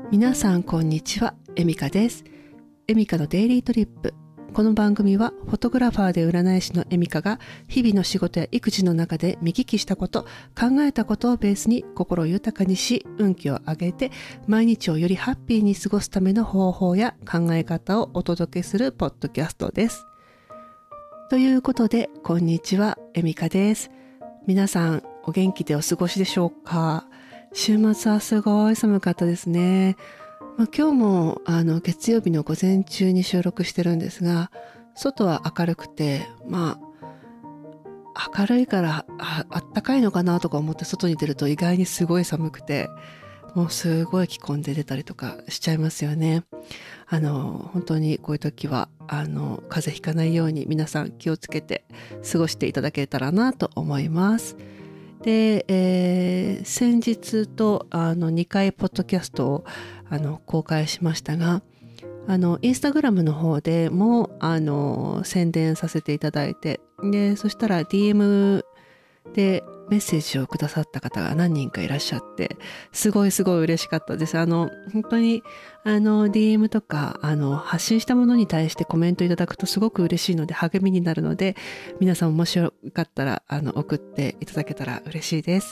皆さんこんにちは、エミカです。エミカのデイリートリップ。この番組はフォトグラファーで占い師のエミカが日々の仕事や育児の中で見聞きしたこと、考えたことをベースに心を豊かにし、運気を上げて毎日をよりハッピーに過ごすための方法や考え方をお届けするポッドキャストです。ということで、こんにちは、エミカです。皆さんお元気でお過ごしでしょうか？週末はすごい寒かったですね。今日も月曜日の午前中に収録してるんですが、外は明るくて、明るいからあったかいのかなとか思って外に出ると意外にすごい寒くて、もうすごい着込んで出たりとかしちゃいますよね。本当にこういう時は風邪ひかないように皆さん気をつけて過ごしていただけたらなと思います。で、先日と2回ポッドキャストを公開しましたが、インスタグラムの方でも宣伝させていただいて、でそしたら DM でメッセージをくださった方が何人かいらっしゃって、すごい嬉しかったです。本当にDM とか発信したものに対してコメントいただくとすごく嬉しいので励みになるので、皆さんもしよかったら送っていただけたら嬉しいです。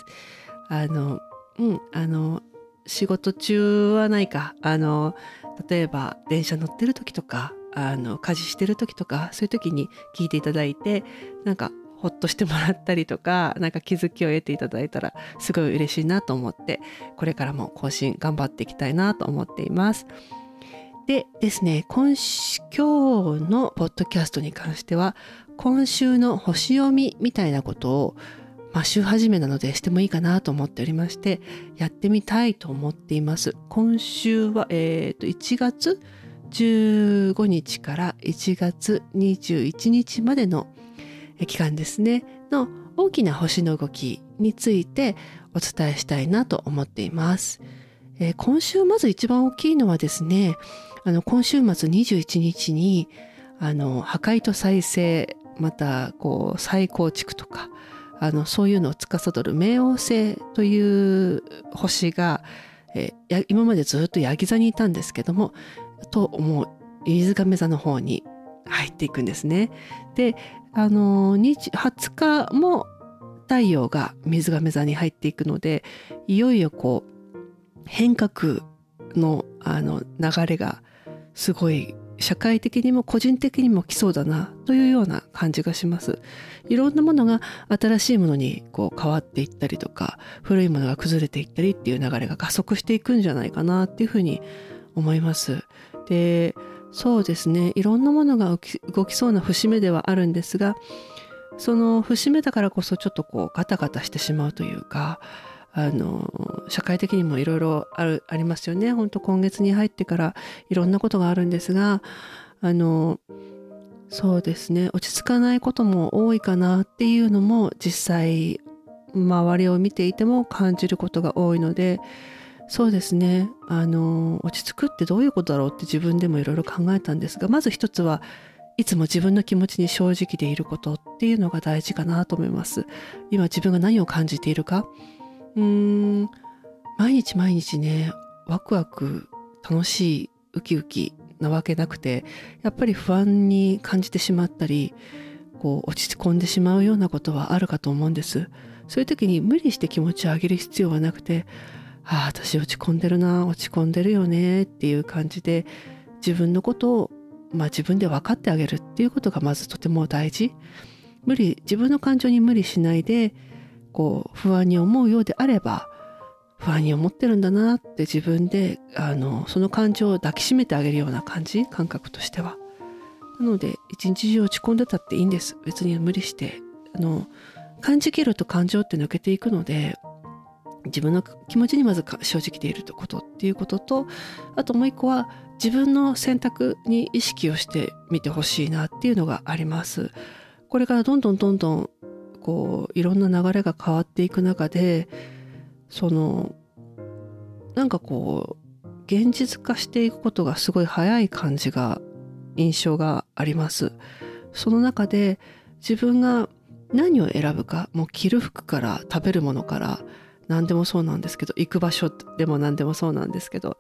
仕事中はないか、例えば電車乗ってる時とか家事してる時とか、そういう時に聞いていただいて、なんかほっとしてもらったりとか、なんか気づきを得ていただいたらすごい嬉しいなと思って、これからも更新頑張っていきたいなと思っています。でですね、今日のポッドキャストに関しては、今週の星読みみたいなことを週始めなのでしてもいいかなと思っておりまして、やってみたいと思っています。今週は1月15日から1月21日までの期間ですねの大きな星の動きについてお伝えしたいなと思っています。今週まず一番大きいのはですね、今週末21日に破壊と再生、また再構築とかそういうのを司る冥王星という星が、今までずっとヤギ座にいたんですけども、もう水亀座の方に入っていくんですね。で20日も太陽が水亀座に入っていくので、いよいよ変革の流れがすごい社会的にも個人的にも来そうだなというような感じがします。いろんなものが新しいものに変わっていったりとか、古いものが崩れていったりっていう流れが加速していくんじゃないかなっていうふうに思います。で、そうですね、いろんなものが動きそうな節目ではあるんですが、その節目だからこそちょっとガタガタしてしまうというか、社会的にもいろいろありますよね。本当今月に入ってからいろんなことがあるんですが、そうですね、落ち着かないことも多いかなっていうのも実際周りを見ていても感じることが多いので、そうですね、落ち着くってどういうことだろうって自分でもいろいろ考えたんですが、まず一つはいつも自分の気持ちに正直でいることっていうのが大事かなと思います。今自分が何を感じているか、毎日ね、ワクワク楽しいウキウキなわけなくて、やっぱり不安に感じてしまったり落ち込んでしまうようなことはあるかと思うんです。そういう時に無理して気持ちを上げる必要はなくて、私落ち込んでるな、落ち込んでるよねっていう感じで自分のことを自分で分かってあげるっていうことがまずとても大事。自分の感情に無理しないで、不安に思うようであれば、不安に思ってるんだなって自分でその感情を抱きしめてあげるような感覚としては。なので一日中落ち込んでたっていいんです。別に無理して感じ切ると感情って抜けていくので、自分の気持ちにまず正直でいることっていうことと、あともう一個は自分の選択に意識をしてみてほしいなっていうのがあります。これからどんどんいろんな流れが変わっていく中で、現実化していくことがすごい早い印象があります。その中で自分が何を選ぶか、もう着る服から食べるものから何でもそうなんですけど、行く場所でも何でもそうなんですけど、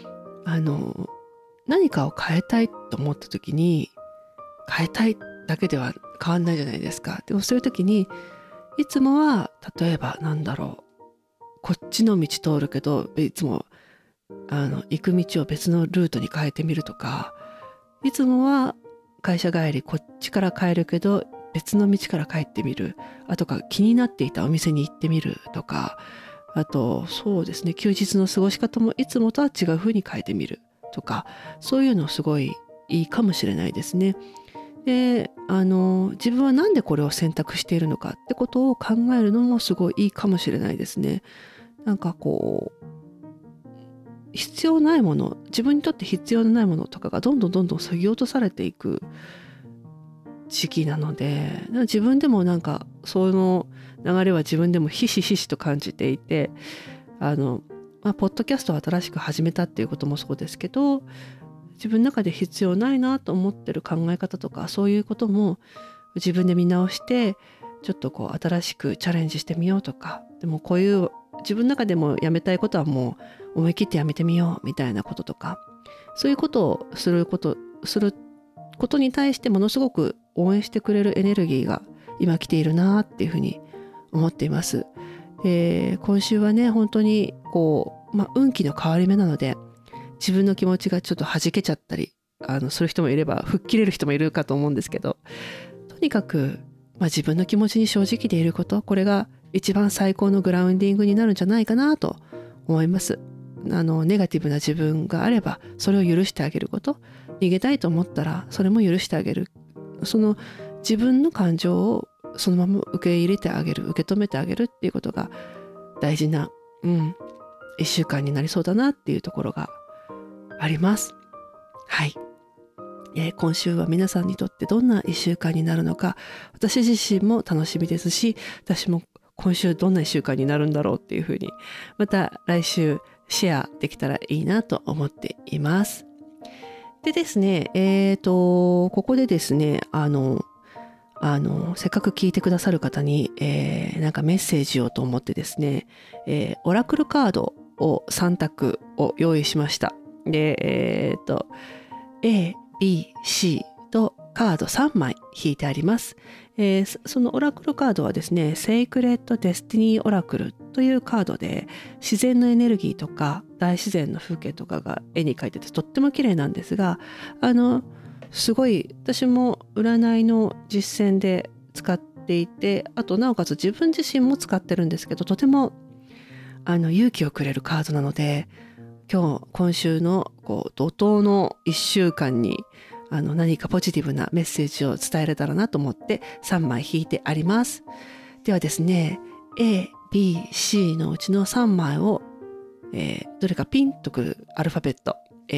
何かを変えたいと思った時に、変えたいだけでは変わんないじゃないですか。でもそういう時にいつもは、例えばこっちの道通るけど、いつも行く道を別のルートに変えてみるとか、いつもは会社帰りこっちから帰るけど別の道から帰ってみる、あとか気になっていたお店に行ってみるとか、あとそうですね、休日の過ごし方もいつもとは違う風に変えてみるとか、そういうのすごいいいかもしれないですね。で、自分はなんでこれを選択しているのかってことを考えるのもすごいいいかもしれないですね。なんかこう、必要ないもの、自分にとって必要のないものとかがどんどん削ぎ落とされていく時期なので、自分でもなんかその流れは自分でもひしひしと感じていて、ポッドキャストを新しく始めたっていうこともそうですけど、自分の中で必要ないなと思ってる考え方とか、そういうことも自分で見直して、ちょっとこう新しくチャレンジしてみようとか、でもこういう自分の中でもやめたいことはもう思い切ってやめてみようみたいなこととか、そういうことをすることに対してものすごく応援してくれるエネルギーが今来ているなっていうふうに思っています。今週はね、本当に運気の変わり目なので、自分の気持ちがちょっと弾けちゃったりする人もいれば、吹っ切れる人もいるかと思うんですけど、とにかく、自分の気持ちに正直でいること、これが一番最高のグラウンディングになるんじゃないかなと思います。ネガティブな自分があればそれを許してあげること、逃げたいと思ったらそれも許してあげる、その自分の感情をそのまま受け入れてあげる、受け止めてあげるっていうことが大事な、1週間になりそうだなっていうところがあります。はい。今週は皆さんにとってどんな1週間になるのか、私自身も楽しみですし、私も今週どんな1週間になるんだろうっていうふうに、また来週シェアできたらいいなと思っています。でですね、ここでですね、せっかく聞いてくださる方に、なんかメッセージをと思ってですね、オラクルカードを3択を用意しました。で、A、B、C とカード3枚引いてあります。そのオラクルカードはですね、セイクレット・デスティニー・オラクルというカードで、自然のエネルギーとか大自然の風景とかが絵に描いててとっても綺麗なんですが、すごい私も占いの実践で使っていて、あとなおかつ自分自身も使ってるんですけど、とても勇気をくれるカードなので、今週の怒涛の1週間に何かポジティブなメッセージを伝えれたらなと思って3枚引いてあります。ではですね、A、B、C のうちの3枚を、どれかピンとくるアルファベット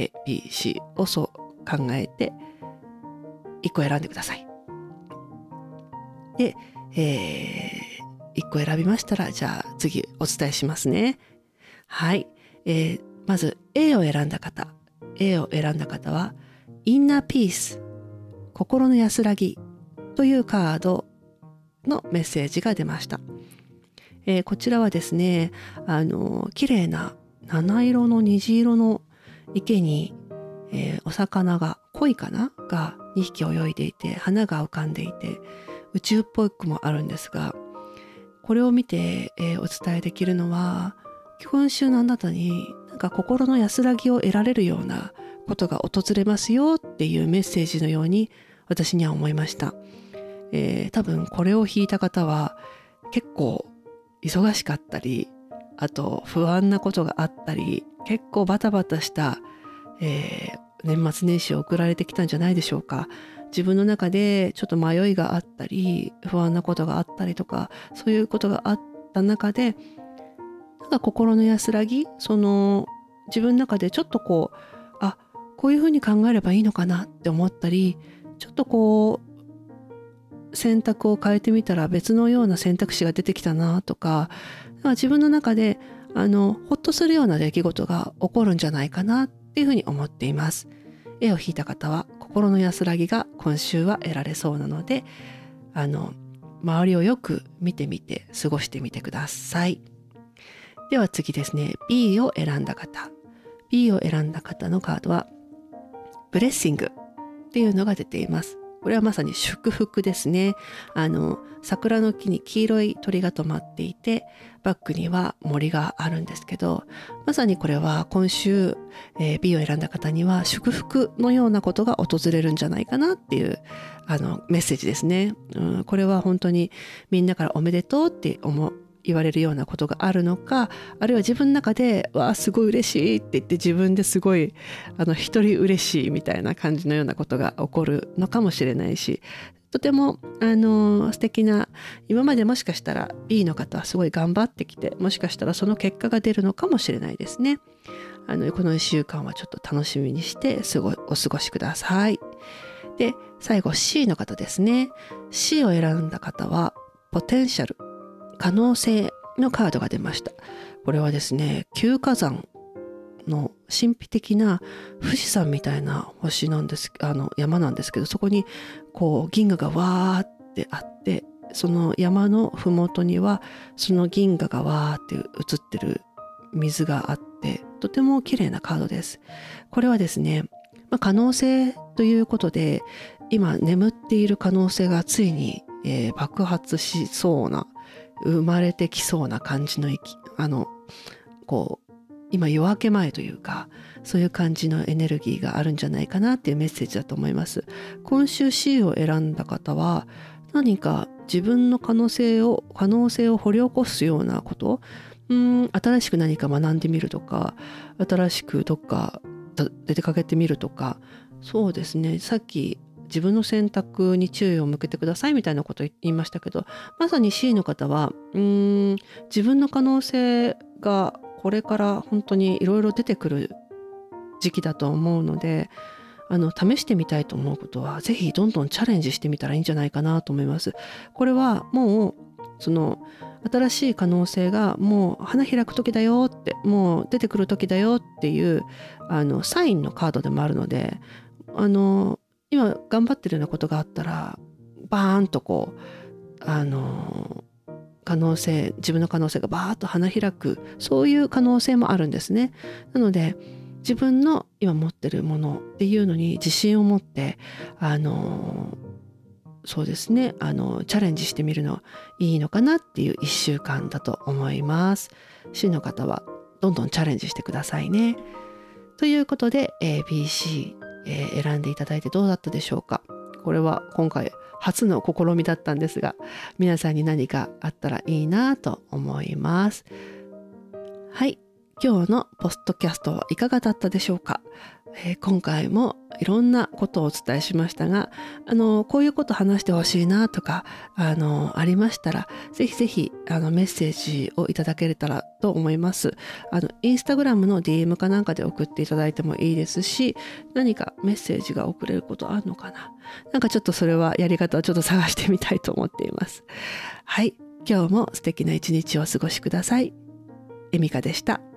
A、B、C をそう考えて1個選んでください。で、1個選びましたら、じゃあ次お伝えしますね。はい。まず A を選んだ方はインナーピース、心の安らぎというカードのメッセージが出ました。こちらはですね、綺麗な七色の虹色の池に、お魚が鯉かなが2匹泳いでいて、花が浮かんでいて宇宙っぽくもあるんですが、これを見て、お伝えできるのは、今週のあなたになんか心の安らぎを得られるようなことが訪れますよっていうメッセージのように私には思いました。多分これを引いた方は結構忙しかったり、あと不安なことがあったり、結構バタバタした、年末年始を送られてきたんじゃないでしょうか。自分の中でちょっと迷いがあったり、不安なことがあったりとか、そういうことがあった中で、なんか心の安らぎ、自分の中でちょっとこういうふうに考えればいいのかなって思ったり、ちょっと選択を変えてみたら別のような選択肢が出てきたなとか、自分の中でほっとするような出来事が起こるんじゃないかなっていうふうに思っています。絵を引いた方は心の安らぎが今週は得られそうなので、周りをよく見てみて過ごしてみてください。 では次ですね、B を選んだ方。B を選んだ方のカードは、ブレッシングっていうのが出ています。これはまさに祝福ですね。桜の木に黄色い鳥が止まっていて、バックには森があるんですけど、まさにこれは今週、B を選んだ方には祝福のようなことが訪れるんじゃないかなっていうメッセージですね。これは本当にみんなからおめでとうって言われるようなことがあるのか、あるいは自分の中でわあすごい嬉しいって言って自分ですごい一人嬉しいみたいな感じのようなことが起こるのかもしれないし、とても素敵な、今までもしかしたら B の方はすごい頑張ってきて、もしかしたらその結果が出るのかもしれないですね。この1週間はちょっと楽しみにしてお過ごしください。で、最後 C の方ですね。C を選んだ方はポテンシャル、可能性のカードが出ました。これはですね、旧火山の神秘的な富士山みたいな星なんです、山なんですけど、そこにこう銀河がわーってあって、その山のふもとにはその銀河がわーって映ってる水があって、とても綺麗なカードです。これはですね、可能性ということで、今眠っている可能性がついに、爆発しそうな、生まれてきそうな感じの今夜明け前というか、そういう感じのエネルギーがあるんじゃないかなっていうメッセージだと思います。今週 C を選んだ方は、何か自分の可能性を掘り起こすようなこと、新しく何か学んでみるとか、新しくどっか出かけてみるとか、そうですね、さっき自分の選択に注意を向けてくださいみたいなことを言いましたけど、まさに C の方は自分の可能性がこれから本当にいろいろ出てくる時期だと思うので、試してみたいと思うことはぜひどんどんチャレンジしてみたらいいんじゃないかなと思います。これはもうその新しい可能性がもう花開く時だよって、もう出てくる時だよっていうサインのカードでもあるので、今頑張ってるようなことがあったらバーンとこう自分の可能性がバーッと花開く、そういう可能性もあるんですね。なので自分の今持ってるものっていうのに自信を持ってそうですね、チャレンジしてみるのいいのかなっていう1週間だと思います。C の方はどんどんチャレンジしてくださいね。ということで、BC、選んでいただいてどうだったでしょうか。これは今回初の試みだったんですが、皆さんに何かあったらいいなと思います。はい、今日のポストキャストはいかがだったでしょうか。今回もいろんなことをお伝えしましたが、こういうこと話してほしいなとかありましたら、ぜひぜひメッセージをいただけたらと思います。インスタグラムの DM かなんかで送っていただいてもいいですし、何かメッセージが送れることあるのかな。なんかちょっとそれはやり方をちょっと探してみたいと思っています。はい、今日も素敵な一日をお過ごしください。エミカでした。